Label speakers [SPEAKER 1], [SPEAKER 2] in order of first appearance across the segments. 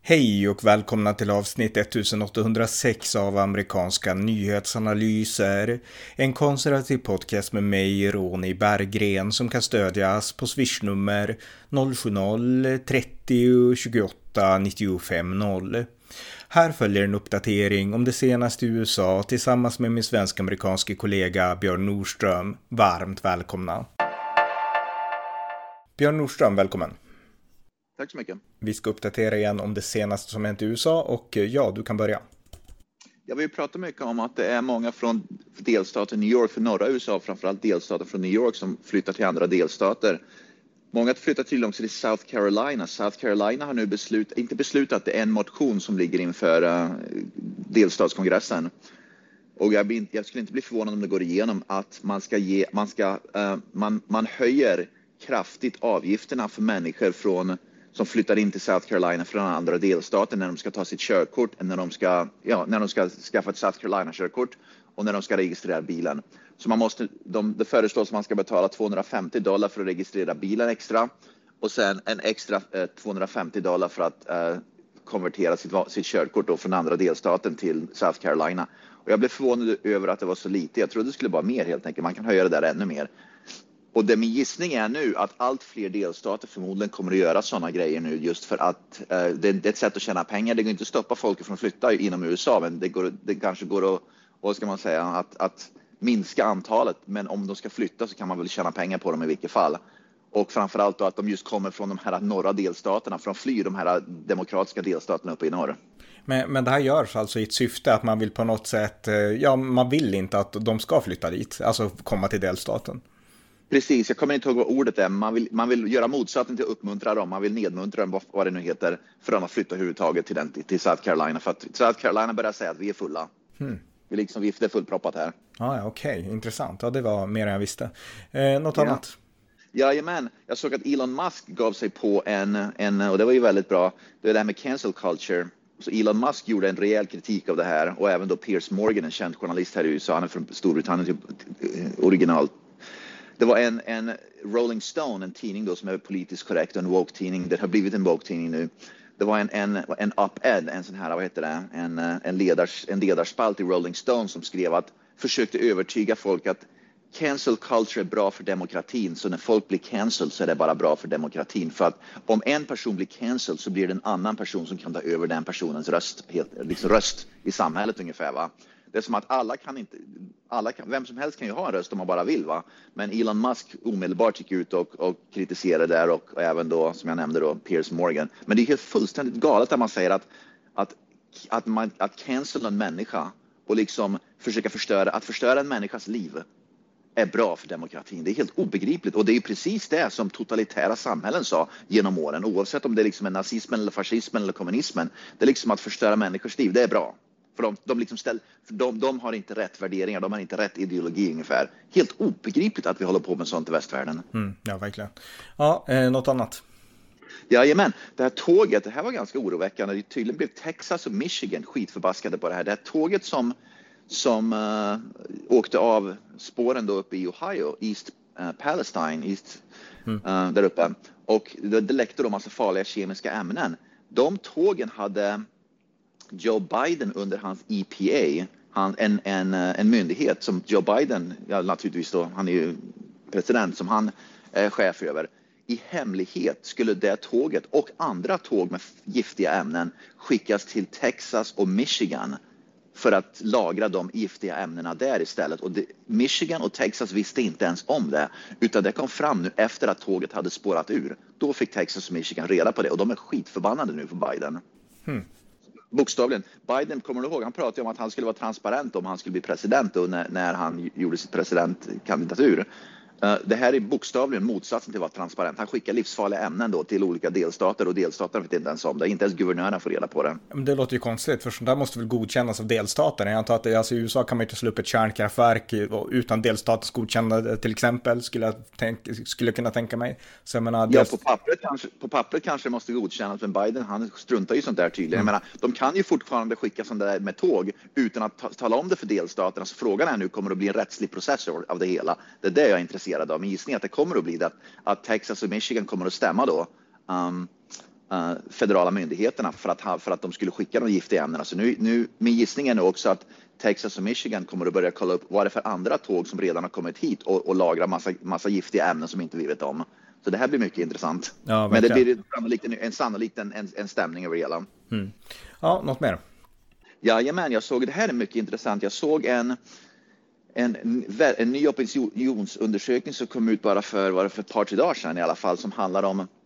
[SPEAKER 1] Hej och välkomna till avsnitt 1806 av amerikanska nyhetsanalyser. En konservativ podcast med mig, Ronny Berggren, som kan stödjas på swishnummer 070-30 28 95 0. Här följer en uppdatering om det senaste i USA tillsammans med min svensk-amerikanske kollega Björn Nordström. Varmt välkomna. Björn Nordström, välkommen.
[SPEAKER 2] Tack så mycket.
[SPEAKER 1] Vi ska uppdatera igen om det senaste som hänt i USA och ja, du kan börja.
[SPEAKER 2] Jag vill prata mycket om att det är många från delstaten New York, för norra USA, framförallt delstater från New York som flyttar till andra delstater. Många flyttar till South Carolina. South Carolina har nu inte beslutat, det är en motion som ligger inför delstatskongressen. Och jag skulle inte bli förvånad om det går igenom att man höjer kraftigt avgifterna för människor som flyttar in till South Carolina från andra delstater när de ska ta sitt körkort, när de ska skaffa ett South Carolina-körkort och när de ska registrera bilen. Så det föreslås att man ska betala $250 för att registrera bilen extra och sen en extra $250 för att konvertera sitt körkort då från andra delstaten till South Carolina. Och jag blev förvånad över att det var så lite. Jag trodde det skulle vara mer helt enkelt. Man kan höja det där ännu mer. Och min gissning är nu att allt fler delstater förmodligen kommer att göra sådana grejer nu just för att det är ett sätt att tjäna pengar. Det går inte att stoppa folk från att flytta inom USA, men det kanske går att minska antalet. Men om de ska flytta så kan man väl tjäna pengar på dem i vilket fall. Och framförallt då att de just kommer från de här norra delstaterna, för de flyr de här demokratiska delstaterna uppe i norr.
[SPEAKER 1] Men det här görs alltså i ett syfte att man vill på något sätt, man vill inte att de ska flytta dit, alltså komma till delstaten.
[SPEAKER 2] Precis, jag kommer inte ihåg vad ordet är. Man vill göra motsatsen till att uppmuntra dem. Man vill nedmuntra dem, vad det nu heter, för att flytta överhuvudtaget till South Carolina. För att South Carolina börjar säga att vi är fulla. Vi är fullproppat här.
[SPEAKER 1] Okej, intressant. Ja, det var mer än jag visste. Något annat?
[SPEAKER 2] Jajamän, jag såg att Elon Musk gav sig på och det var ju väldigt bra. Det är det här med cancel culture. Så Elon Musk gjorde en rejäl kritik av det här. Och även då Piers Morgan, en känd journalist här i USA. Han är från Storbritannien originalt. Det var en Rolling Stone, en tidning då som är politiskt korrekt, en woke-tidning. Det har blivit en woke-tidning nu. Det var en op-ed, en sån här, en ledarspalt i Rolling Stone som försökte övertyga folk att cancel culture är bra för demokratin. Så när folk blir cancelled så är det bara bra för demokratin. För att om en person blir cancelled så blir det en annan person som kan ta över den personens röst i samhället ungefär, va. Det är som att vem som helst kan ju ha en röst om man bara vill, va. Men Elon Musk omedelbart gick ut och kritiserade där och även då, som jag nämnde då, Piers Morgan. Men det är helt fullständigt galet att man säger att cancel en människa och liksom försöka förstöra en människas liv är bra för demokratin. Det är helt obegripligt. Och det är precis det som totalitära samhällen sa genom åren. Oavsett om det liksom är nazismen eller fascismen eller kommunismen. Det är liksom att förstöra människors liv. Det är bra. För de har inte rätt värderingar, de har inte rätt ideologi ungefär. Helt obegripligt att vi håller på med sånt i västvärlden.
[SPEAKER 1] Ja, verkligen. Ja, något annat?
[SPEAKER 2] Jajamän, det här tåget, det här var ganska oroväckande. Det tydligen blev Texas och Michigan skitförbaskade på det här. Det här tåget som åkte av spåren då uppe i Ohio, East Palestine, där uppe. Och det läckte då massa farliga kemiska ämnen. De tågen hade Joe Biden under hans EPA, en myndighet som Joe Biden, naturligtvis då, han är ju president, som han är chef över. I hemlighet skulle det tåget och andra tåg med giftiga ämnen skickas till Texas och Michigan för att lagra de giftiga ämnena där istället. Och Michigan och Texas visste inte ens om det, utan det kom fram nu efter att tåget hade spårat ur. Då fick Texas och Michigan reda på det och de är skitförbannade nu för Biden. Bokstavligen. Biden, kommer du ihåg, han pratade om att han skulle vara transparent om han skulle bli president och när han gjorde sitt presidentkandidatur. Det här är bokstavligen motsatsen till att vara transparent. Han skickar livsfarliga ämnen då till olika delstater och delstaterna vet inte ens om det. Inte ens guvernören får reda på det.
[SPEAKER 1] Men det låter ju konstigt, för sånt där måste väl godkännas av delstaterna. Jag antar att i USA kan man inte slå upp ett kärnkraftverk utan delstatens godkännande till exempel, skulle jag kunna tänka mig. Så jag menar,
[SPEAKER 2] på pappret kanske det måste godkännas, men Biden, han struntar ju sånt där tydligen. Jag menar, de kan ju fortfarande skicka sånt där med tåg utan att tala om det för delstaterna. Så frågan är nu, kommer det bli en rättslig process av det hela? Det är det jag är intresserad av. Min gissning att det kommer att bli det, att Texas och Michigan kommer att stämma då federala myndigheterna för att de skulle skicka de giftiga ämnena. Så nu min gissning är nu också att Texas och Michigan kommer att börja kolla upp vad det är för andra tåg som redan har kommit hit och lagra massa giftiga ämnen som inte vi vet om. Så det här blir mycket intressant.
[SPEAKER 1] Ja,
[SPEAKER 2] men det blir sannolikt en stämning över hela.
[SPEAKER 1] Ja, något mer?
[SPEAKER 2] Jajamän, jag såg det här är mycket intressant. Jag såg en ny opinionsundersökning som kom ut bara för ett par tre dagar sedan i alla fall, som handlar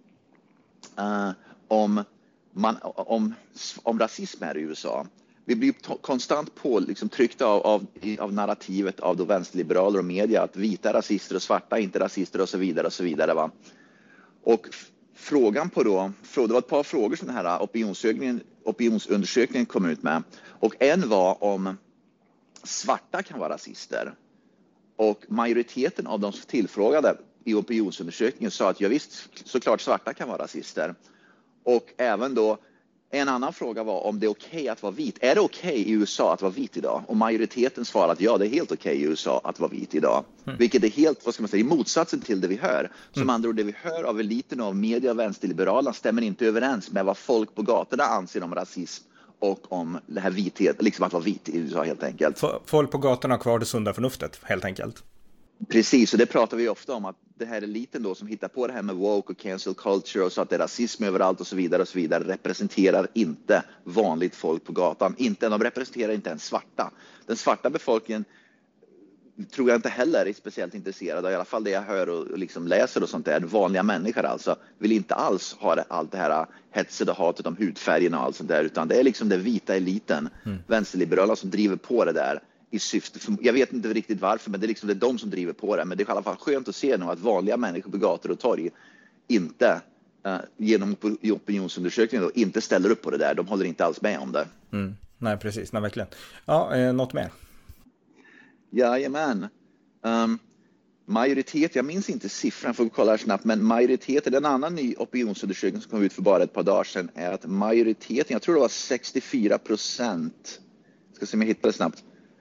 [SPEAKER 2] om rasism här i USA. Vi blir konstant tryckta av narrativet av då vänsterliberaler och media att vita rasister och svarta inte rasister och så vidare. Va? Och frågan det var ett par frågor som den här opinionsundersökningen kom ut med. Och en var om svarta kan vara rasister. Och majoriteten av de som tillfrågade i opinionsundersökningen sa att ja, visst, såklart svarta kan vara rasister. Och även då en annan fråga var om det är okej att vara vit. Är det okej i USA att vara vit idag? Och majoriteten svarade att ja, det är helt okej i USA att vara vit idag. Vilket är helt, i motsatsen till det vi hör. Som andra ord, det vi hör av eliten av media och vänsterliberalerna stämmer inte överens med vad folk på gatorna anser om rasism och om det här vithet, att vara vit i USA helt enkelt.
[SPEAKER 1] Folk på gatorna har kvar det sunda förnuftet helt enkelt.
[SPEAKER 2] Precis, och det pratar vi ofta om, att det här eliten då som hittar på det här med woke och cancel culture och så att det är rasism överallt och så vidare representerar inte vanligt folk på gatan. De representerar inte ens svarta. Den svarta befolkningen tror jag inte heller är speciellt intresserad av, i alla fall det jag hör och läser och sånt där. Vanliga människor alltså vill inte alls ha allt det här hetset och hatet om hudfärgerna och allt sånt där, utan det är den vita eliten, vänsterliberalerna som driver på det där. I syfte, jag vet inte riktigt varför, men det är de som driver på det. Men det är i alla fall skönt att se nu att vanliga människor på gator och torg inte genom opinionsundersökningen då, inte ställer upp på det där. De håller inte alls med om det.
[SPEAKER 1] Nej, precis. Nej, verkligen. Ja, något mer?
[SPEAKER 2] Jajamän. Majoritet, jag minns inte siffran, får vi kolla här snabbt, men majoriteten, en annan ny opinionsundersökning som kom ut för bara ett par dagar sedan är att majoriteten, jag tror det var 64%, ska se om jag hittar det snabbt.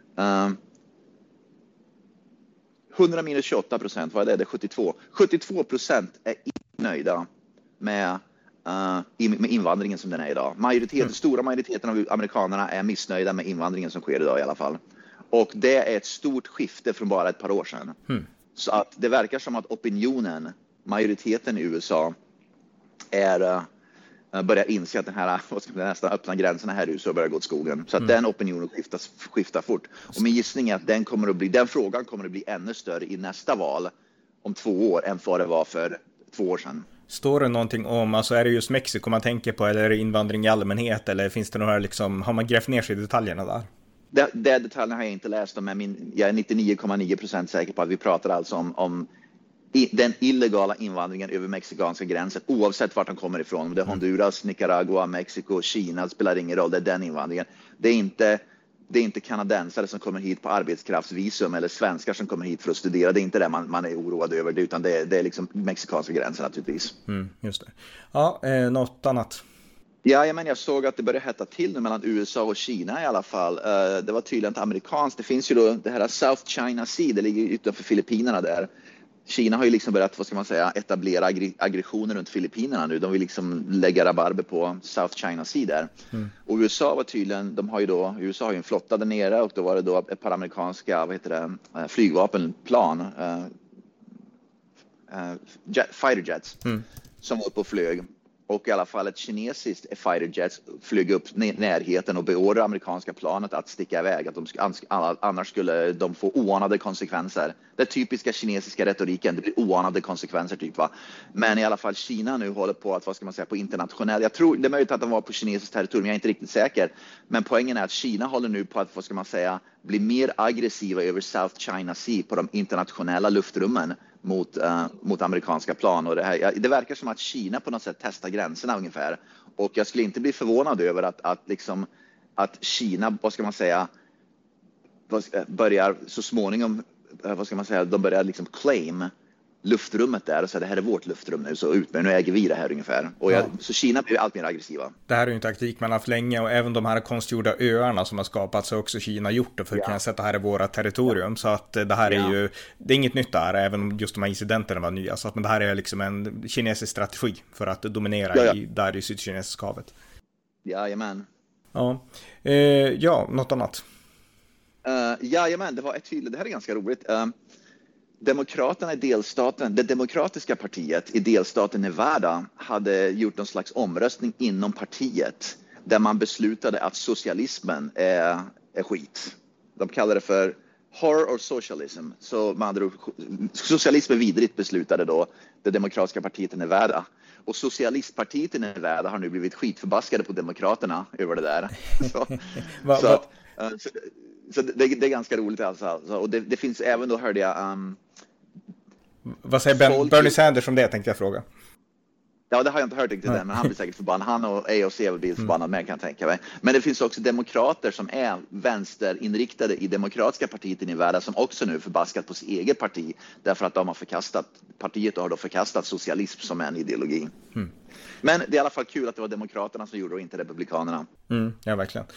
[SPEAKER 2] 100 minus 28%, vad är det? Det är 72. 72% är inte nöjda med invandringen som den är idag. Stora majoriteten av amerikanerna är missnöjda med invandringen som sker idag i alla fall. Och det är ett stort skifte från bara ett par år sedan. Så att det verkar som att majoriteten i USA börjar inse att den här, nästan öppna gränserna här i USA börjar gå åt skogen. Så att den opinionen skiftar fort. Och min gissning är att den frågan kommer att bli ännu större i nästa val om 2 år än vad det var för 2 år sedan.
[SPEAKER 1] Står det någonting om, alltså är det just Mexiko man tänker på, eller är det invandring i allmänhet, eller finns det några har man grävt ner sig i detaljerna där?
[SPEAKER 2] Det detaljerna har jag inte läst om, men jag är 99,9% säker på att vi pratar alltså om den illegala invandringen över mexikanska gränsen, oavsett vart de kommer ifrån. Om det är Honduras, Nicaragua, Mexiko, Kina, spelar ingen roll, det är den invandringen. Det är inte kanadensare som kommer hit på arbetskraftsvisum eller svenskar som kommer hit för att studera. Det är inte det man är oroad över det, utan det är mexikanska gränsen naturligtvis.
[SPEAKER 1] Just det. Ja, något annat?
[SPEAKER 2] Ja, men jag såg att det börjar hetta till nu mellan USA och Kina i alla fall. Det var tydligen inte amerikanskt. Det finns ju då det här South China Sea, det ligger utanför Filippinerna där. Kina har ju börjat, etablera aggressioner runt Filippinerna nu. De vill lägga rabarber på South China Sea där. Och USA var tydligen, USA har ju en flotta där nere, och då var det då ett par amerikanska, flygvapenplan, fighter jets, som var uppe och flög. Och i alla fall ett kinesiskt fighter jet flög upp närheten och beordrade amerikanska planet att sticka iväg. Annars skulle de få oanade konsekvenser. Det typiska kinesiska retoriken, det blir oanade konsekvenser typ va. Men i alla fall Kina nu håller på att, på internationell. Jag tror, det är möjligt att de var på kinesiskt territorium, jag är inte riktigt säker. Men poängen är att Kina håller nu på att, bli mer aggressiva över South China Sea på de internationella luftrummen mot amerikanska plan. Och det verkar som att Kina på något sätt testar gränserna ungefär. Och jag skulle inte bli förvånad över att Kina, börjar så småningom, de börjar claim luftrummet där och säga det här är vårt luftrum nu, så ut med nu äger vi det här ungefär. Och så Kina blir allt mer aggressiva.
[SPEAKER 1] Det här är ju en taktik man har haft länge, och även de här konstgjorda öarna som har skapats har också Kina gjort det för att kunna sätta här i våra territorium. Så att det här är ju, det är inget nytt där, även om just de här incidenterna var nya. Så att, men det här är liksom en kinesisk strategi för att dominera där i Sydkinesiska havet.
[SPEAKER 2] Jajamän.
[SPEAKER 1] Ja, något annat?
[SPEAKER 2] Jajamän, det var det här är ganska roligt. Demokraterna i delstaten, det demokratiska partiet i delstaten Nevada hade gjort någon slags omröstning inom partiet där man beslutade att socialismen är skit. De kallar det för horror or socialism. Så man socialism är vidrigt, beslutade då det demokratiska partiet i Nevada. Och socialistpartiet i Nevada har nu blivit skitförbaskade på demokraterna över det där. Så det är ganska roligt alltså. Och det finns även då, hörde jag...
[SPEAKER 1] vad säger Bernie Sanders om det, tänkte jag fråga.
[SPEAKER 2] Ja, det har jag inte hört riktigt än, men han blir säkert förbannad. Han och AOC blir förbannad med, kan jag tänka mig. Men det finns också demokrater som är vänsterinriktade i demokratiska partiet i Nevada som också nu förbaskat på sitt eget parti därför att de har partiet har då förkastat socialism som en ideologi. Men det är i alla fall kul att det var demokraterna som gjorde det och inte republikanerna.
[SPEAKER 1] Ja, verkligen.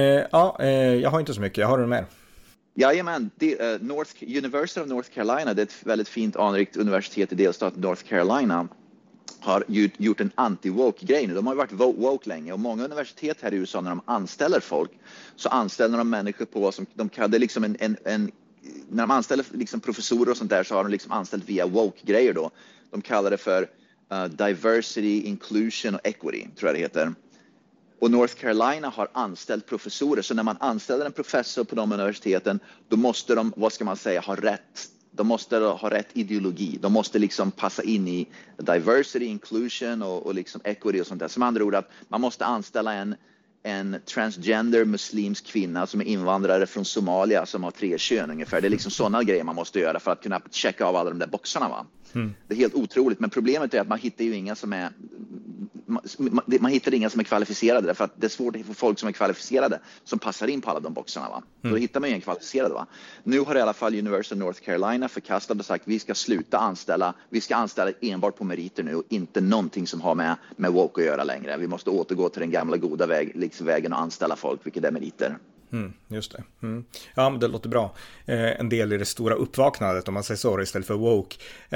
[SPEAKER 1] Jag har inte så mycket. Jag har du mer?
[SPEAKER 2] Jajamän, University of North Carolina, det är ett väldigt fint anrikt universitet i delstaten North Carolina, har gjort en anti-woke-grej nu. De har ju varit woke länge, och många universitet här i USA, när de anställer folk så anställer de människor på som de kallar det liksom när de anställer liksom professorer och sånt där, så har de liksom anställt via woke-grejer då. De kallar det för diversity, inclusion och equity, tror jag det heter. Och North Carolina har anställt professorer, så när man anställer en professor på de universiteten, då måste de, vad ska man säga, ha rätt. De måste ha rätt ideologi. De måste liksom passa in i diversity, inclusion och liksom equity och sånt där. Som andra ord, att man måste anställa en transgender muslimsk kvinna som är invandrare från Somalia som har 3 kön ungefär. Det är liksom sådana grejer man måste göra för att kunna checka av alla de där boxarna, va? Det är helt otroligt, men problemet är att man hittar ju inga som är kvalificerade, därför att det är svårt att få folk som är kvalificerade som passar in på alla de boxarna, va? Då hittar man ju en kvalificerad, va? Nu har i alla fall University of North Carolina förkastat och sagt vi ska sluta anställa, vi ska anställa enbart på meriter nu och inte någonting som har med woke att göra längre. Vi måste återgå till den gamla goda vägen och anställa folk, vilket är meriter.
[SPEAKER 1] Just det. Ja, men det låter bra. En del i det stora uppvaknandet, om man säger så, istället för woke.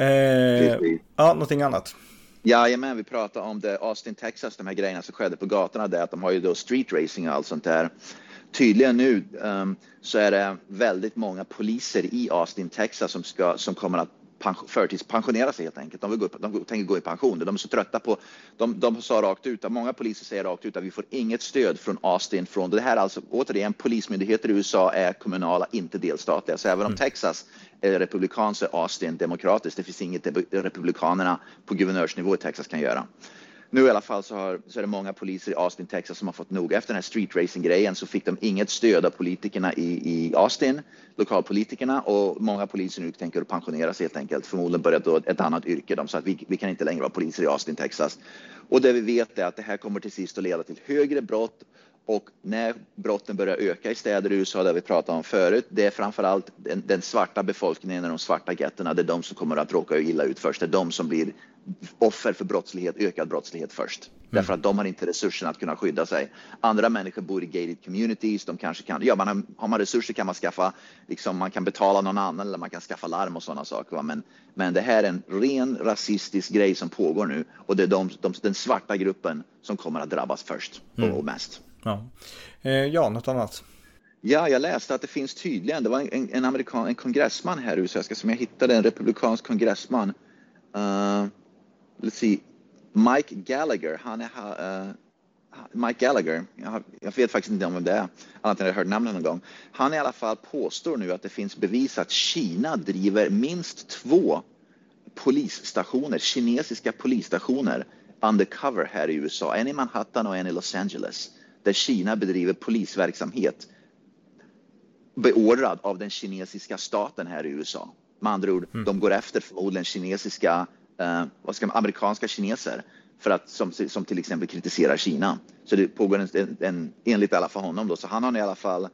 [SPEAKER 1] Ja, någonting annat.
[SPEAKER 2] Jajamän, vi pratar om Austin, Texas, de här grejerna som skedde på gatorna där, att de har ju då street racing och allt sånt där. Tydligen nu så är det väldigt många poliser i Austin, Texas som kommer att förtidspensionera sig helt enkelt. De tänker gå i pension. De är så trötta på, de sa rakt ut, många poliser säger rakt ut att vi får inget stöd från Austin. Det här alltså, återigen, polismyndigheter i USA är kommunala, inte delstatliga. Så även om Texas är republikanskt så är Austin demokratiskt. Det finns inget republikanerna på guvernörsnivå i Texas kan göra. Nu i alla fall så är det många poliser i Austin, Texas som har fått nog. Efter den här street racing-grejen så fick de inget stöd av politikerna i Austin, lokalpolitikerna, och många poliser nu tänker pensionera sig helt enkelt. Förmodligen börjat då ett annat yrke. De sa att vi kan inte längre vara poliser i Austin, Texas. Och det vi vet är att det här kommer till sist att leda till högre brott. Och när brotten börjar öka i städer i USA, där vi pratade om förut, det är framförallt den svarta befolkningen och de svarta gettorna, det är de som kommer att råka illa ut först. Det är de som blir offer för brottslighet, ökad brottslighet först. Därför att de har inte resurserna att kunna skydda sig. Andra människor bor i gated communities, de kanske kan, har man resurser kan man skaffa, liksom man kan betala någon annan eller man kan skaffa larm och sådana saker. Men det här är en ren rasistisk grej som pågår nu, och det är den svarta gruppen som kommer att drabbas först och mest.
[SPEAKER 1] Ja, något annat.
[SPEAKER 2] Ja, jag läste att det finns tydligen, det var en kongressman här i USA, jag ska se om jag hittade en republikansk kongressman. Let's see, Mike Gallagher, Mike Gallagher, jag vet faktiskt inte om det är, annat än jag har hört namnet någon gång. Han i alla fall påstår nu att det finns bevis att Kina driver minst 2 polisstationer, kinesiska polisstationer undercover här i USA. En i Manhattan och en i Los Angeles, där Kina bedriver polisverksamhet beordrad av den kinesiska staten här i USA. Med andra ord, de går efter förmodligen kinesiska, amerikanska kineser för att, som till exempel kritiserar Kina. Så det pågår enligt i alla fall honom då. Så han har i alla fall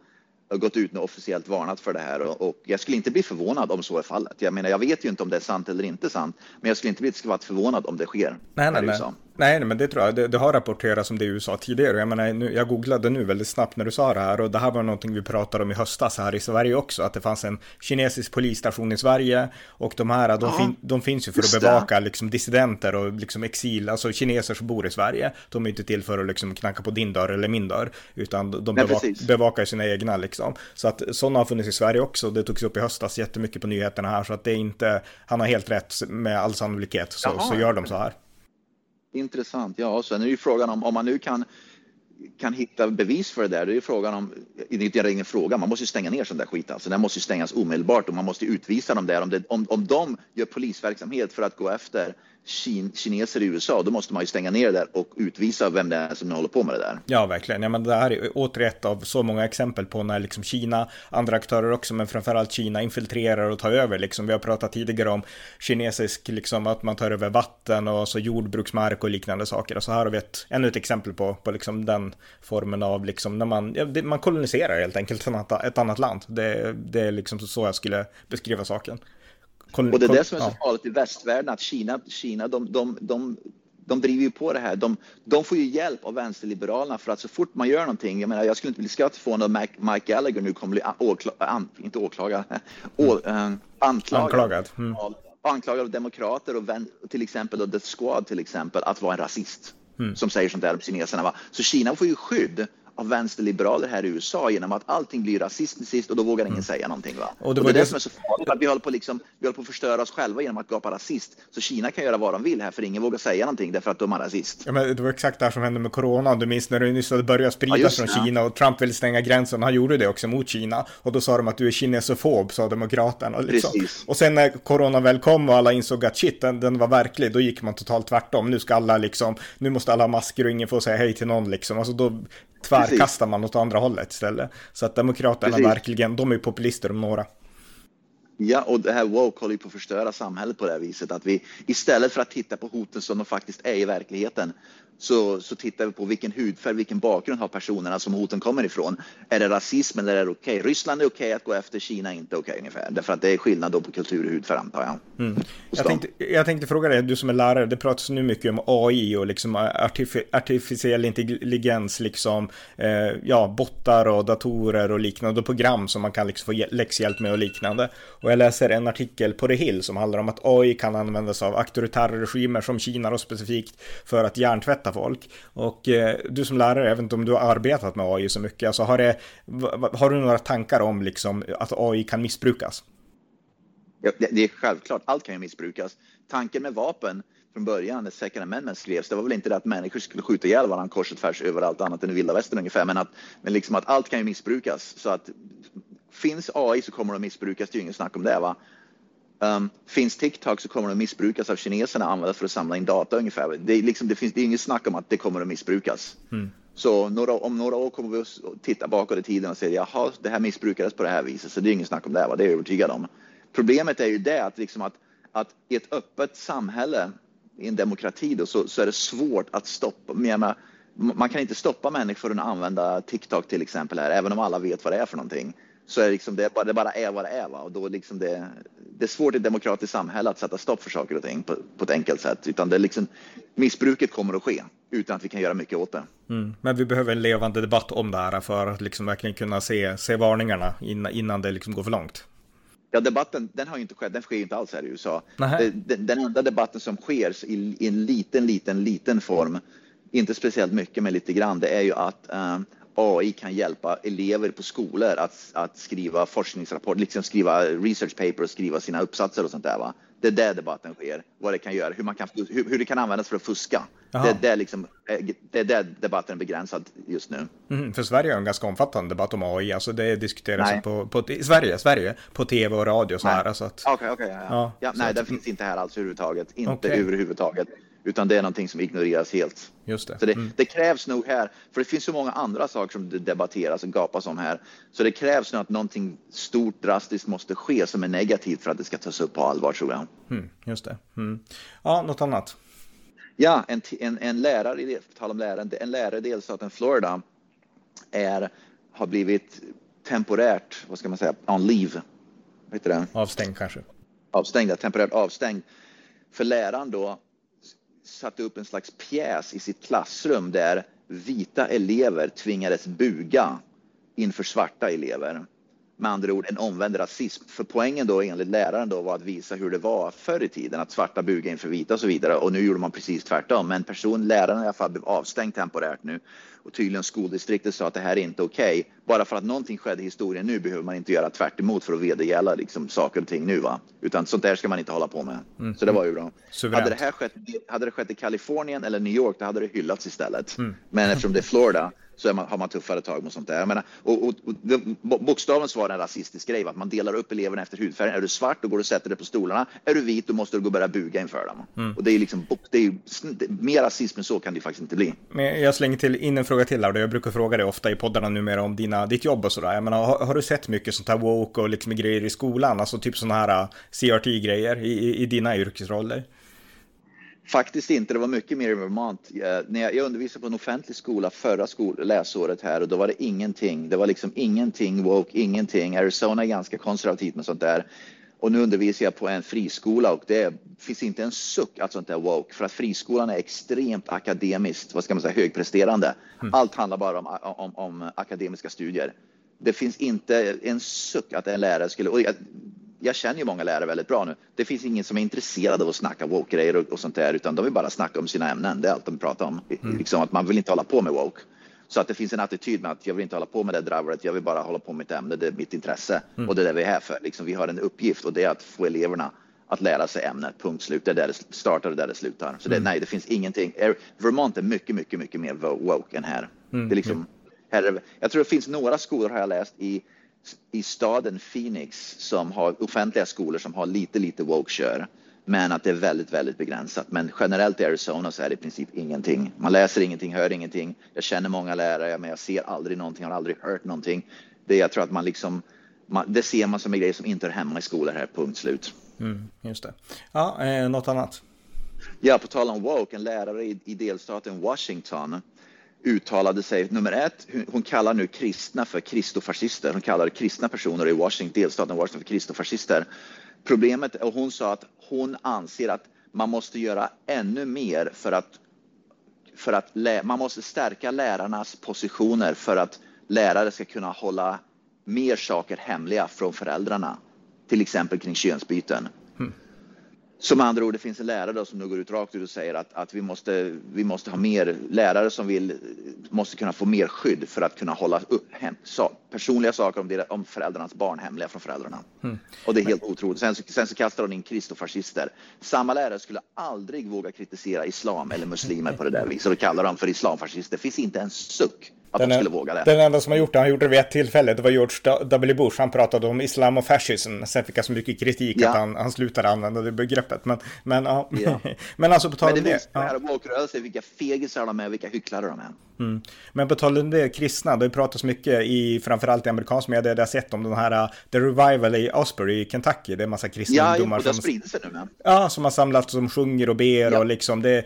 [SPEAKER 2] har gått ut och officiellt varnat för det här, och jag skulle inte bli förvånad om så är fallet. Jag menar, jag vet ju inte om det är sant eller inte sant, men jag skulle inte bli förvånad om det sker.
[SPEAKER 1] Nej, men det tror jag. Det har rapporterats om det i USA tidigare. Jag menar, jag googlade nu väldigt snabbt när du sa det här, och det här var någonting vi pratade om i höstas här i Sverige också, att det fanns en kinesisk polisstation i Sverige, och de här, de finns ju för att bevaka liksom dissidenter och liksom exil, alltså kineser som bor i Sverige. De är inte till för att liksom knacka på din dörr eller min dörr, utan de bevakar sina egna liksom. Så att sådana har funnits i Sverige också. Det togs upp i höstas jättemycket på nyheterna här, så att det är inte, han har helt rätt med all sannolikhet, så gör de så här.
[SPEAKER 2] Intressant, ja. Sen är det ju frågan om man nu kan hitta bevis för det där. Det är ju frågan om, det är ingen fråga, man måste ju stänga ner sån där skit alltså. Den måste ju stängas omedelbart, och man måste utvisa dem där. Om de gör polisverksamhet för att gå efter kineser i USA, då måste man ju stänga ner det där och utvisa vem det är som håller på med det där.
[SPEAKER 1] Ja, verkligen. Ja, men det här är åter ett av så många exempel på när liksom Kina, andra aktörer också, men framförallt Kina infiltrerar och tar över liksom. Vi har pratat tidigare om kinesisk liksom, att man tar över vatten och så jordbruksmark och liknande saker, och så här har vi ännu ett exempel på liksom den formen av liksom, när man koloniserar helt enkelt ett annat land. Det är liksom så jag skulle beskriva saken.
[SPEAKER 2] Och det är det som är så farligt i västvärlden, att Kina de driver ju på det här. De får ju hjälp av vänsterliberalerna, för att så fort man gör någonting, jag menar, jag skulle inte bli skatt få när Mike Gallagher nu kommer bli anklagad av demokrater och till exempel och The Squad till exempel, att vara en rasist som säger sånt där om kineserna, va? Så Kina får ju skydd av vänsterliberaler här i USA genom att allting blir rasistiskt, och då vågar ingen säga någonting, va? Och det är det som är så farligt, att vi håller på att förstöra oss själva genom att gapa rasist. Så Kina kan göra vad de vill här, för ingen vågar säga någonting därför att de är rasist.
[SPEAKER 1] Ja, men det var exakt det här som hände med corona. Du minns när det nyss hade börjat spridas från Kina, och Trump ville stänga gränsen. Han gjorde det också mot Kina, och då sa de att du är kinesofob, sa demokraterna liksom. Och sen när corona väl kom och alla insåg att shit, den var verklig, då gick man totalt tvärtom. Nu måste alla ha masker och ingen får säga hej till någon liksom. Alltså då tvärkastar man åt andra hållet istället. Så att demokraterna verkligen, de är populister om några.
[SPEAKER 2] Ja, och det här woke håller ju på att förstöra samhället på det här viset, att vi istället för att titta på hoten som de faktiskt är i verkligheten, så tittar vi på vilken hudfärg, vilken bakgrund har personerna som hoten kommer ifrån. Är det rasism eller är det okej? Ryssland är okej att gå efter, Kina är inte okej ungefär. Därför att det är skillnad då på kultur och hudfärg, antar jag.
[SPEAKER 1] Jag tänkte fråga dig, du som är lärare, det pratas nu mycket om AI och liksom artificiell intelligens, liksom, bottar och datorer och liknande, och program som man kan liksom få läxhjälp med och liknande. Och jag läser en artikel på The Hill som handlar om att AI kan användas av auktoritära regimer som Kina och specifikt för att hjärntvätta folk. Och du som lärare, jag vet inte om du har arbetat med AI så mycket, alltså har du några tankar om liksom att AI kan missbrukas?
[SPEAKER 2] Ja, det är självklart, allt kan ju missbrukas. Tanken med vapen från början när Second Amendment skrevs, det var väl inte det att människor skulle skjuta ihjäl varandra kors och tvärs överallt annat än i vilda västern ungefär, men liksom att allt kan ju missbrukas. Så att finns AI så kommer det att missbrukas, det är ju ingen snack om det, va? Finns TikTok så kommer det att missbrukas av kineserna, användas för att samla in data ungefär. Det är inget snack om att det kommer att missbrukas. Så om några år kommer vi att titta bakåt i tiden och säga, jaha, det här missbrukades på det här viset, så det är inget snack om det, va? Det är jag övertygad om. Problemet är ju det att, liksom att i ett öppet samhälle, i en demokrati då, så är det svårt att stoppa. Man kan inte stoppa människor från att använda TikTok till exempel här, även om alla vet vad det är för någonting. Så är liksom det bara är vad det är, va? Och då liksom det är svårt i ett demokratiskt samhälle att sätta stopp för saker och ting på ett enkelt sätt. Utan det är liksom, missbruket kommer att ske utan att vi kan göra mycket åt det.
[SPEAKER 1] Men vi behöver en levande debatt om det här för att liksom verkligen kunna se varningarna innan det liksom går för långt.
[SPEAKER 2] Ja, debatten, den har ju inte skett, den sker ju inte alls här i USA. Den enda debatten som sker i en liten form, inte speciellt mycket men lite grann, det är ju att AI kan hjälpa elever på skolor att skriva forskningsrapport, liksom skriva research paper och skriva sina uppsatser och sånt där, va? Det är där debatten sker, vad det kan göra, hur det kan användas för att fuska. Det är där debatten är begränsad just nu.
[SPEAKER 1] För Sverige är en ganska omfattande debatt om AI, alltså det diskuteras i Sverige på tv och radio så här, så att
[SPEAKER 2] nej, den finns inte här alls överhuvudtaget, överhuvudtaget. Utan det är någonting som ignoreras helt.
[SPEAKER 1] Just det.
[SPEAKER 2] Så det krävs nog här, för det finns så många andra saker som det debatteras och gapas om här. Så det krävs nog att någonting stort, drastiskt måste ske som är negativt för att det ska tas upp på allvar, tror jag.
[SPEAKER 1] Just det. Ja, något annat?
[SPEAKER 2] Ja, en lärare, en lärare i delstaten Florida har blivit temporärt, vad ska man säga, on leave. Vad heter det?
[SPEAKER 1] Avstängd kanske.
[SPEAKER 2] Temporärt avstängd. För läraren då satte upp en slags pjäs i sitt klassrum där vita elever tvingades buga inför svarta elever. Med andra ord en omvänd rasism. För poängen då enligt läraren då var att visa hur det var förr i tiden. Att svarta buga inför vita och så vidare. Och nu gjorde man precis tvärtom. Men läraren i alla fall blev avstängd temporärt nu. Och tydligen skoldistriktet sa att det här är inte okej. Bara för att någonting skedde i historien nu behöver man inte göra tvärt emot för att vedergälla liksom saker och ting nu va. Utan sånt där ska man inte hålla på med. Så det var ju bra. Hade det skett i Kalifornien eller New York då hade det hyllats istället. Men eftersom det är Florida så har man tuffare tag mot sånt där. Jag menar, och bokstavens var en rasistisk grej. Att man delar upp eleverna efter hudfärg. Är du svart då går du och sätter dig på stolarna. Är du vit då måste du gå och börja buga inför dem. Och det är liksom, mer rasism än så kan det faktiskt inte bli.
[SPEAKER 1] Men jag slänger in en fråga till här. Jag brukar fråga dig ofta i poddarna numera om ditt jobb och sådär. Jag menar, har du sett mycket sånt här woke och liksom grejer i skolan? Alltså typ såna här CRT-grejer i dina yrkesroller?
[SPEAKER 2] Faktiskt inte, det var mycket mer i Vermont. När jag undervisade på en offentlig skola förra läsåret här och då var det ingenting. Det var liksom ingenting woke, ingenting. Arizona är ganska konservativt med sånt där. Och nu undervisar jag på en friskola och det finns inte en suck att sånt där woke. För att friskolan är extremt akademiskt, vad ska man säga, högpresterande. Allt handlar bara om akademiska studier. Det finns inte en suck att en lärare skulle... Och jag känner ju många lärare väldigt bra nu. Det finns ingen som är intresserad av att snacka woke-grejer och sånt där. Utan de vill bara snacka om sina ämnen. Det är allt de pratar om. Liksom att man vill inte hålla på med woke. Så att det finns en attityd med att jag vill inte hålla på med det dravaret. Jag vill bara hålla på med mitt ämne. Det är mitt intresse. Och det är det vi är här för. Liksom, vi har en uppgift och det är att få eleverna att lära sig ämnet. Punkt slut. Det är där det startar och där det slutar. Så nej, det finns ingenting. Vermont är mycket, mycket, mycket mer woke än här. Det är liksom, jag tror det finns några skolor har jag läst i staden Phoenix som har offentliga skolor som har lite woke-kör. Men att det är väldigt, väldigt begränsat. Men generellt i Arizona så är det i princip ingenting. Man läser ingenting, hör ingenting. Jag känner många lärare men jag ser aldrig någonting, har aldrig hört någonting. Jag tror att man liksom, det ser man som en grej som inte är hemma i skolor här, punkt slut.
[SPEAKER 1] Just det. Ja, något annat?
[SPEAKER 2] Ja, på tal om woke, en lärare i delstaten Washington uttalade sig, nummer 1, hon kallar nu kristna för kristofascister. Hon kallar kristna personer i delstaten Washington för kristofascister. Problemet, och hon sa att hon anser att man måste göra ännu mer för att man måste stärka lärarnas positioner för att lärare ska kunna hålla mer saker hemliga från föräldrarna. Till exempel kring könsbyten. Som andra ord, det finns en lärare då som nu går ut rakt ut och säger att vi måste ha mer lärare som måste kunna få mer skydd för att kunna hålla upp personliga saker om föräldrarnas barn hemliga från föräldrarna. Och det är helt otroligt. Sen så kastar hon in kristofascister. Samma lärare skulle aldrig våga kritisera islam eller muslimer på det där viset och kallar dem för islamfascister. Det finns inte en suck att de skulle våga det.
[SPEAKER 1] Den enda som har gjort det, han gjorde det vid ett tillfälle, det var George W. Bush. Han pratade om islam och fascism. Sen fick han så mycket kritik att han slutade använda det begreppet. Men ja. Men alltså på tal om det.
[SPEAKER 2] Vilka fegisar de är, vilka hycklare de är.
[SPEAKER 1] Men på tal om det kristna, det pratas mycket framförallt i amerikansk media, det har sett om den här The Revival i Asbury i Kentucky. Det är en massa kristna ungdomar
[SPEAKER 2] och det sprider sig nu.
[SPEAKER 1] Som har samlats, som sjunger och ber och liksom det.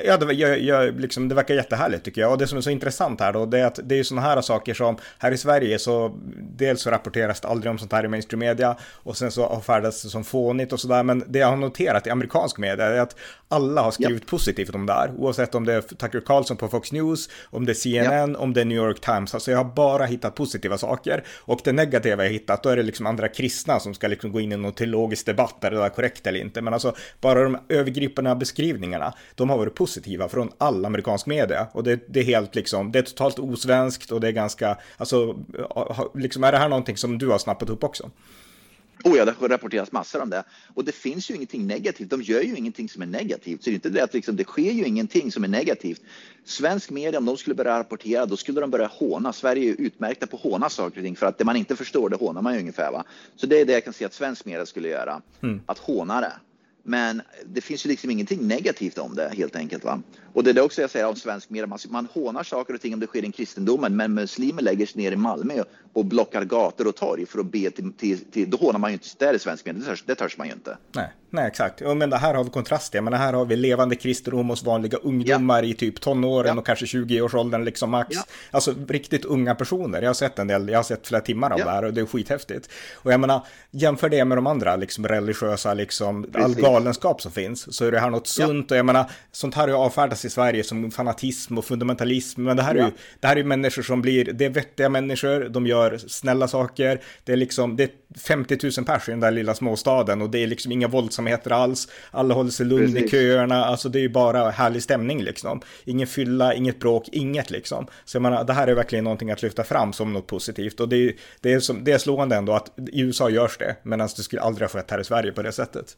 [SPEAKER 1] Liksom, det verkar jättehärligt tycker jag. Och det som är så intressant här då, det är att det är såna här saker som här i Sverige så dels så rapporteras det aldrig om sånt här i mainstream media och sen så avfärdas det som fånigt och sådär. Men det jag har noterat i amerikansk media är att alla har skrivit positivt om det där. Oavsett om det är Tucker Carlson på Fox News, om det är CNN, om det är New York Times. Alltså jag har bara hittat positiva saker. Och det negativa jag hittat, då är det liksom andra kristna som ska liksom gå in i någon teologisk debatt där det är korrekt eller inte. Men alltså bara de övergripande beskrivningarna, de har varit positiva från all amerikansk media. Och det är helt liksom, det är totalt osvenskt och det är ganska, alltså liksom, är det här någonting som du har snappat upp också?
[SPEAKER 2] Ja, det rapporteras massor om det. Och det finns ju ingenting negativt. De gör ju ingenting som är negativt. Så det är inte det att liksom, det sker ju ingenting som är negativt. Svensk media, om de skulle börja rapportera, då skulle de börja håna. Sverige är utmärkta på att håna saker och ting. För att det man inte förstår, det hånar man ju ungefär. Va? Så det är det jag kan se att svensk media skulle göra. Att håna det. Men det finns ju liksom ingenting negativt om det helt enkelt. Va? Och det är det också jag säger om svensk media. Man hånar saker och ting om det sker i kristendomen. Men muslimer lägger sig ner i Malmö och blockar gator och torg för att be till då hånar man ju inte där i svensk media. Det törs man ju inte.
[SPEAKER 1] Nej. nej exakt. Men det här har vi kontraster. Men här har vi levande kristendom hos vanliga ungdomar i typ tonåren och kanske 20-årsåldern liksom max. Alltså riktigt unga personer. Jag har sett en del, jag har sett flera timmar av det här och det är skithäftigt. Och jag menar, jämför det med de andra liksom religiösa, liksom all galenskap som finns, så är det här något sunt. Och jag menar, sånt här har ju avfärdats i Sverige som fanatism och fundamentalism. Men det här är ju människor som blir, det är vettiga människor, de gör snälla saker. Det är liksom, det är 50 000 pers i den där lilla småstaden och det är liksom inga våldsamheter alls. Alla håller sig lugn i köerna. Alltså det är ju bara härlig stämning liksom. Ingen fylla, inget bråk, inget liksom. Så jag menar, det här är verkligen någonting att lyfta fram som något positivt. Och det är slående ändå att i USA görs det, medan det skulle aldrig ha skett här i Sverige på det sättet.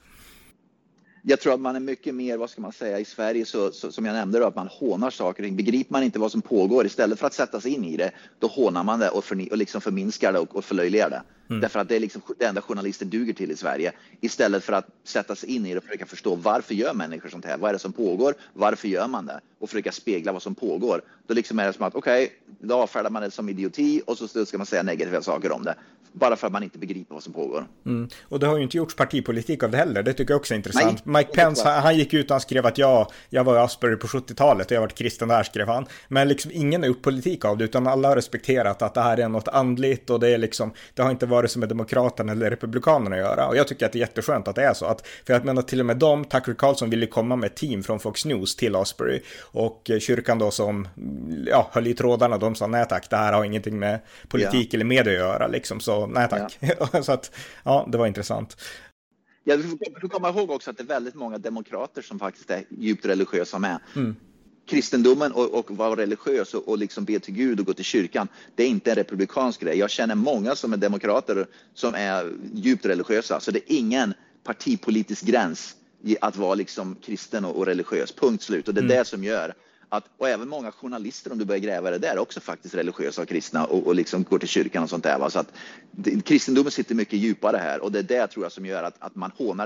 [SPEAKER 2] Jag tror att man är mycket mer, vad ska man säga, i Sverige så som jag nämnde då, att man hånar saker. Begriper man inte vad som pågår, istället för att sätta sig in i det, då hånar man det och liksom förminskar det och förlöjligar det. Därför att det är liksom det enda journalister duger till i Sverige. Istället för att sätta sig in i det och försöka förstå varför gör människor sånt här? Vad är det som pågår? Varför gör man det? Och försöka spegla vad som pågår. Då liksom är det som att då avfärdar man det som idioti och så ska man säga negativa saker om det. Bara för att man inte begriper vad som pågår.
[SPEAKER 1] Och det har ju inte gjorts partipolitik av det heller. Det tycker jag också är intressant. Nej, Mike Pence, han gick ut och han skrev att jag var i Asbury på 70-talet och jag har varit kristen där, skrev han. Men liksom ingen har gjort politik av det, utan alla har respekterat att det här är något andligt och det är liksom, det har inte varit som med demokraterna eller republikanerna att göra. Och jag tycker att det är jätteskönt att det är så. För jag menar, till och med Tucker Carlson ville komma med ett team från Fox News till Asbury. Och kyrkan då som höll i trådarna, de sa nej tack, det här har ingenting med politik eller media att göra liksom, så nej tack. Så att, det var intressant.
[SPEAKER 2] Ja, vi får komma ihåg också att det är väldigt många demokrater som faktiskt är djupt religiösa med. Kristendomen och vara religiös och liksom be till Gud och gå till kyrkan, det är inte en republikansk grej. Jag känner många som är demokrater som är djupt religiösa, så det är ingen partipolitisk gräns i att vara liksom kristen och religiös, punkt slut. Och det är det som gör att, och även många journalister, om du börjar gräva det där, också faktiskt religiösa och kristna och liksom går till kyrkan och sånt där. Va? Så att kristendomen sitter mycket djupare här, och det är det tror jag som gör att man hånar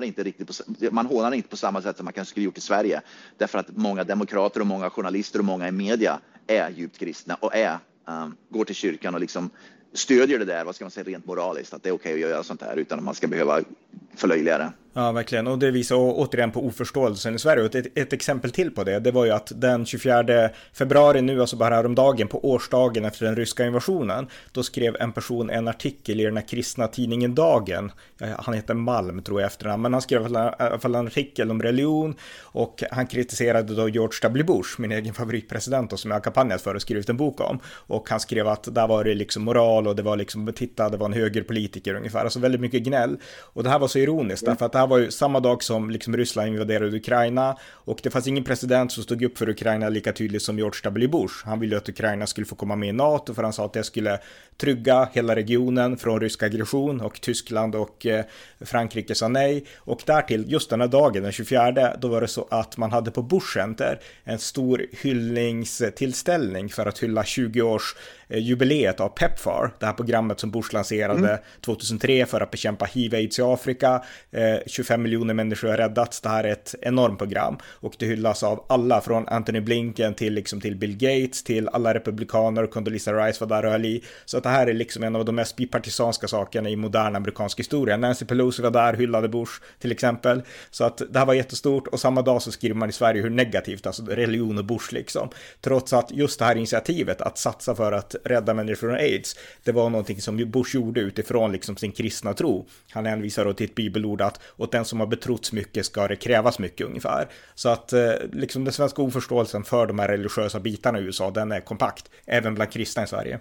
[SPEAKER 2] inte på samma sätt som man kanske skulle gjort i Sverige. Därför att många demokrater och många journalister och många i media är djupt kristna och går till kyrkan och liksom stödjer det där, vad ska man säga, rent moraliskt, att det är okej att göra sånt här utan att man ska behöva förlöjliga det.
[SPEAKER 1] Ja, verkligen. Och det visar återigen på oförståelsen i Sverige. Och ett exempel till på det var ju att den 24 februari nu, alltså bara häromdagen, på årsdagen efter den ryska invasionen, då skrev en person en artikel i den här kristna tidningen Dagen. Han heter Malm, tror jag, efternamn. Men han skrev i alla fall en artikel om religion, och han kritiserade då George W. Bush, min egen favoritpresident, och som jag har kampanjat för och skrivit en bok om. Och han skrev att där var det liksom moral, och det var liksom, titta, det var en högerpolitiker ungefär. Alltså väldigt mycket gnäll. Och det här var så ironiskt, därför att det här var ju samma dag som liksom Ryssland invaderade Ukraina, och det fanns ingen president som stod upp för Ukraina lika tydligt som George W. Bush. Han ville att Ukraina skulle få komma med i NATO, för han sa att det skulle trygga hela regionen från rysk aggression, och Tyskland och Frankrike sa nej. Och därtill, just den här dagen, den 24, då var det så att man hade på Bush Center en stor hyllningstillställning för att hylla 20-års jubileet av PEPFAR, det här programmet som Bush lanserade 2003 för att bekämpa HIV/AIDS i Afrika. 25 miljoner människor har räddats. Det här är ett enormt program, och det hyllas av alla, från Anthony Blinken till Bill Gates, till alla republikaner, och Condoleezza Rice var där och höll i. Så att det här är liksom en av de mest bipartisanska sakerna i modern amerikansk historia. Nancy Pelosi var där, hyllade Bush till exempel. Så att det här var jättestort, och samma dag så skriver man i Sverige hur negativt, alltså religion och Bush liksom. Trots att just det här initiativet att satsa för att rädda människor från AIDS, det var någonting som Bush gjorde utifrån liksom sin kristna tro. Han hänvisar då till ett bibelord att åt den som har betrotts mycket ska det krävas mycket ungefär. Så att liksom den svenska oförståelsen för de här religiösa bitarna i USA, den är kompakt, även bland kristna i Sverige.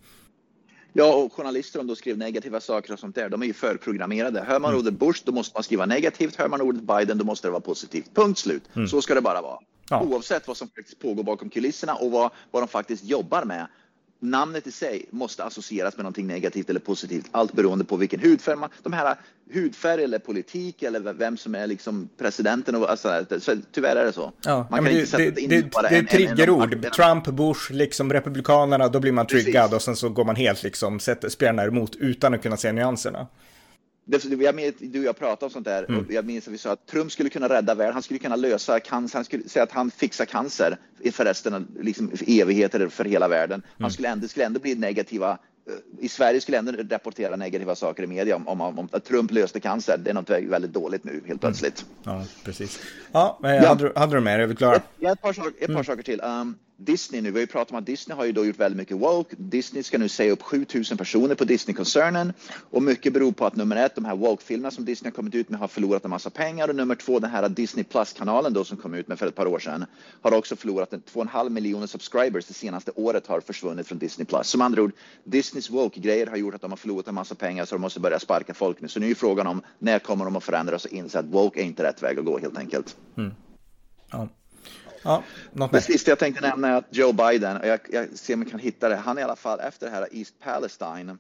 [SPEAKER 2] Ja, och journalister, om de skriver negativa saker och sånt där, de är ju förprogrammerade. Hör man ordet Bush, då måste man skriva negativt. Hör man ordet Biden, då måste det vara positivt. Punkt slut. Så ska det bara vara. Ja. Oavsett vad som faktiskt pågår bakom kulisserna och vad de faktiskt jobbar med. Namnet i sig måste associeras med någonting negativt eller positivt. Allt beroende på vilken hudfärg de här hudfärg eller politik eller vem som är liksom presidenten. Och, alltså, så, tyvärr är det så.
[SPEAKER 1] Ja, man kan inte sätta in bara det är triggerord. Trump, Bush, liksom republikanerna, då blir man triggad, och sen så går man helt liksom spjärnar emot utan att kunna se nyanserna.
[SPEAKER 2] Du och jag pratade om sånt där, och jag minns att vi sa att Trump skulle kunna rädda världen, han skulle kunna lösa cancer, han skulle säga att han fixar cancer för resten av liksom, för evigheter för hela världen. Han skulle ändå bli negativa i Sverige skulle ändå rapportera negativa saker i media om att Trump löste cancer. Det är något väldigt dåligt nu, helt plötsligt.
[SPEAKER 1] Ja, precis. Ja, men hade du med det? Är vi klara?
[SPEAKER 2] Ett par saker till. Disney nu, vi har ju pratat om att Disney har ju då gjort väldigt mycket woke. Disney ska nu säga upp 7000 personer på Disney-koncernen. Och mycket beror på att nummer 1, de här woke-filmerna som Disney har kommit ut med har förlorat en massa pengar. Och nummer 2, den här Disney Plus-kanalen då som kom ut med för ett par år sedan har också förlorat 2,5 miljoner subscribers det senaste året har försvunnit från Disney Plus. Som andra ord, Disneys woke-grejer har gjort att de har förlorat en massa pengar så de måste börja sparka folk nu. Så nu är frågan om när kommer de att förändras och inse att woke är inte rätt väg att gå helt enkelt.
[SPEAKER 1] Ja.
[SPEAKER 2] Det sista jag tänkte nämna är att Joe Biden, och jag ser om jag kan hitta det, han i alla fall efter det här East Palestine,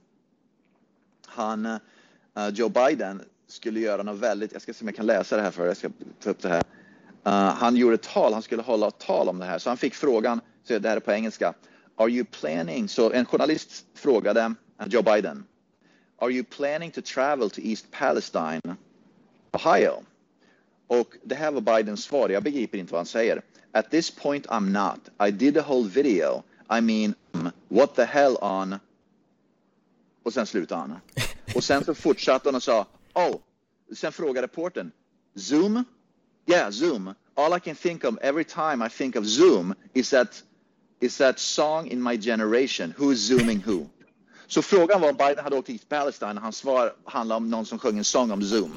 [SPEAKER 2] Joe Biden skulle göra något väldigt, jag ska se om jag kan läsa det här för jag ska ta upp det här. Han gjorde ett tal, han skulle hålla ett tal om det här, så han fick frågan, så det här är på engelska, are you planning, så en journalist frågade Joe Biden, are you planning to travel to East Palestine, Ohio? Och det här var Bidens svar, jag begriper inte vad han säger. At this point I'm not. I did a whole video. I mean, what the hell on... Och sen slutade han. Och sen så fortsatte han och sa, sen frågade reportern, Zoom? Yeah, Zoom. All I can think of every time I think of Zoom is that song in my generation, who's zooming who? Så frågan var om Biden hade åkt till Palestine, hans svar handlade om någon som sjöng en sång om Zoom.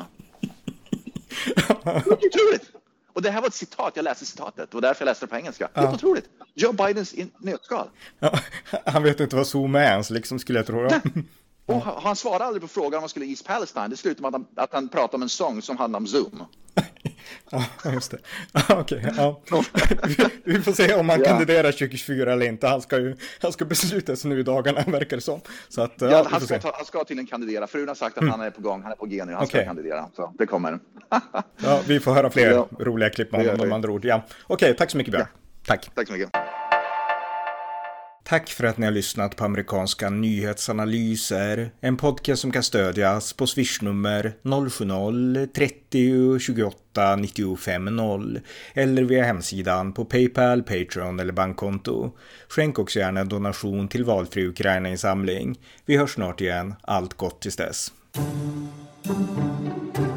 [SPEAKER 2] Otroligt! Och det här var ett citat, jag läste citatet och därför jag läste det på engelska. Helt otroligt. Joe Bidens nötskal.
[SPEAKER 1] Ja, han vet inte vad Zoom är ens, liksom, skulle jag tro.
[SPEAKER 2] Och han svarade aldrig på frågan om han skulle East Palestine. Det slutade med att han pratade om en sång som handlar om Zoom.
[SPEAKER 1] Ja, just det. Okej. Vi får se om han kandiderar 2024 eller inte. Han ska beslutas nu i dagarna, verkar det som. Så att,
[SPEAKER 2] han ska till en kandidera. Frun har sagt att han är på gång. Han är på G nu. Han ska kandidera. Så det kommer.
[SPEAKER 1] Ja, vi får höra fler roliga klipp med honom, med andra ord. Ja. Okej, tack så mycket, Björn. Tack så mycket. Tack för att ni har lyssnat på amerikanska nyhetsanalyser. En podcast som kan stödjas på swishnummer 070-30 28 95 0 eller via hemsidan på PayPal, Patreon eller bankkonto. Skänk också gärna en donation till valfri Ukraina-insamling. Vi hörs snart igen. Allt gott tills dess.